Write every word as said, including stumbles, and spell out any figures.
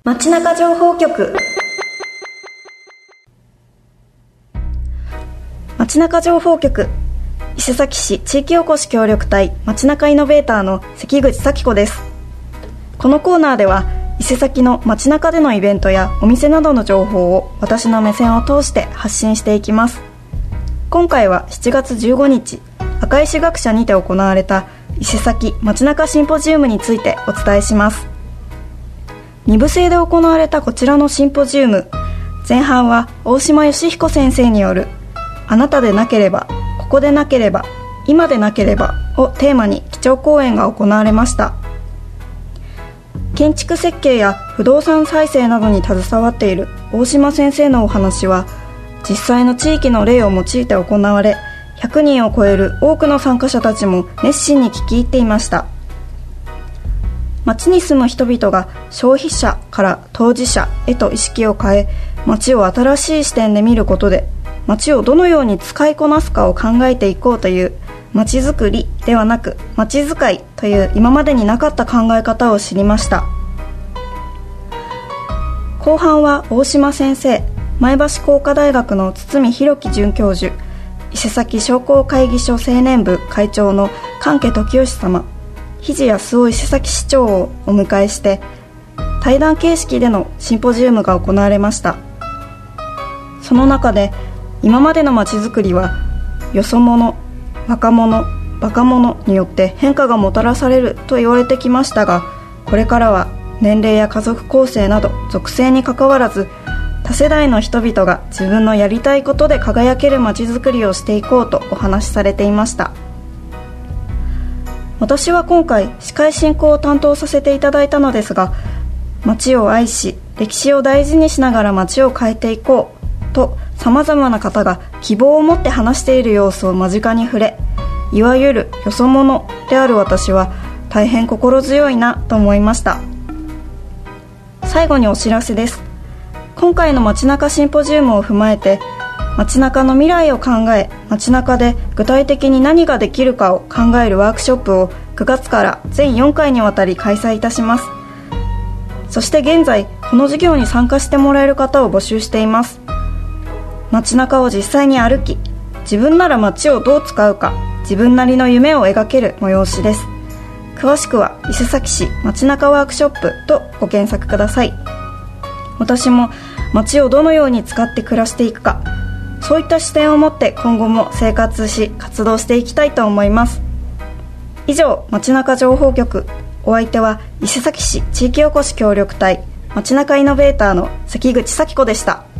街中情報局。街中情報局、伊勢崎市地域おこし協力隊街中イノベーターの関口咲子です。このコーナーでは伊勢崎の街中でのイベントやお店などの情報を私の目線を通して発信していきます。今回はしちがつじゅうごにち、赤石学舎にて行われた伊勢崎街中シンポジウムについてお伝えします。に部制で行われたこちらのシンポジウム、前半は大島義彦先生によるあなたでなければ、ここでなければ、今でなければをテーマに基調講演が行われました。建築設計や不動産再生などに携わっている大島先生のお話は実際の地域の例を用いて行われ、ひゃくにんを超える多くの参加者たちも熱心に聞き入っていました。町に住む人々が消費者から当事者へと意識を変え、町を新しい視点で見ることで町をどのように使いこなすかを考えていこうという町づくりではなく町づかいという今までになかった考え方を知りました。後半は大島先生、前橋工科大学の堤弘樹准教授、伊勢崎商工会議所青年部会長の関家時義様、肘康夫伊勢崎市長をお迎えして対談形式でのシンポジウムが行われました。その中で今までのまちづくりはよそ者、若者、バカ者によって変化がもたらされると言われてきましたが、これからは年齢や家族構成など属性にかかわらず多世代の人々が自分のやりたいことで輝けるまちづくりをしていこうとお話しされていました。私は今回司会進行を担当させていただいたのですが、町を愛し歴史を大事にしながら町を変えていこうとさまざまな方が希望を持って話している様子を間近に触れ、いわゆるよそ者である私は大変心強いなと思いました。最後にお知らせです。今回の街中シンポジウムを踏まえて街中の未来を考え、街中で具体的に何ができるかを考えるワークショップをくがつから全よんかいにわたり開催いたします。そして現在この授業に参加してもらえる方を募集しています。街中を実際に歩き、自分なら街をどう使うか自分なりの夢を描ける催しです。詳しくは伊勢崎市街中ワークショップとご検索ください。私も街をどのように使って暮らしていくか、そういった視点を持って今後も生活し活動していきたいと思います。以上、街中情報局、お相手は伊勢崎市地域おこし協力隊街中イノベーターの関口咲子でした。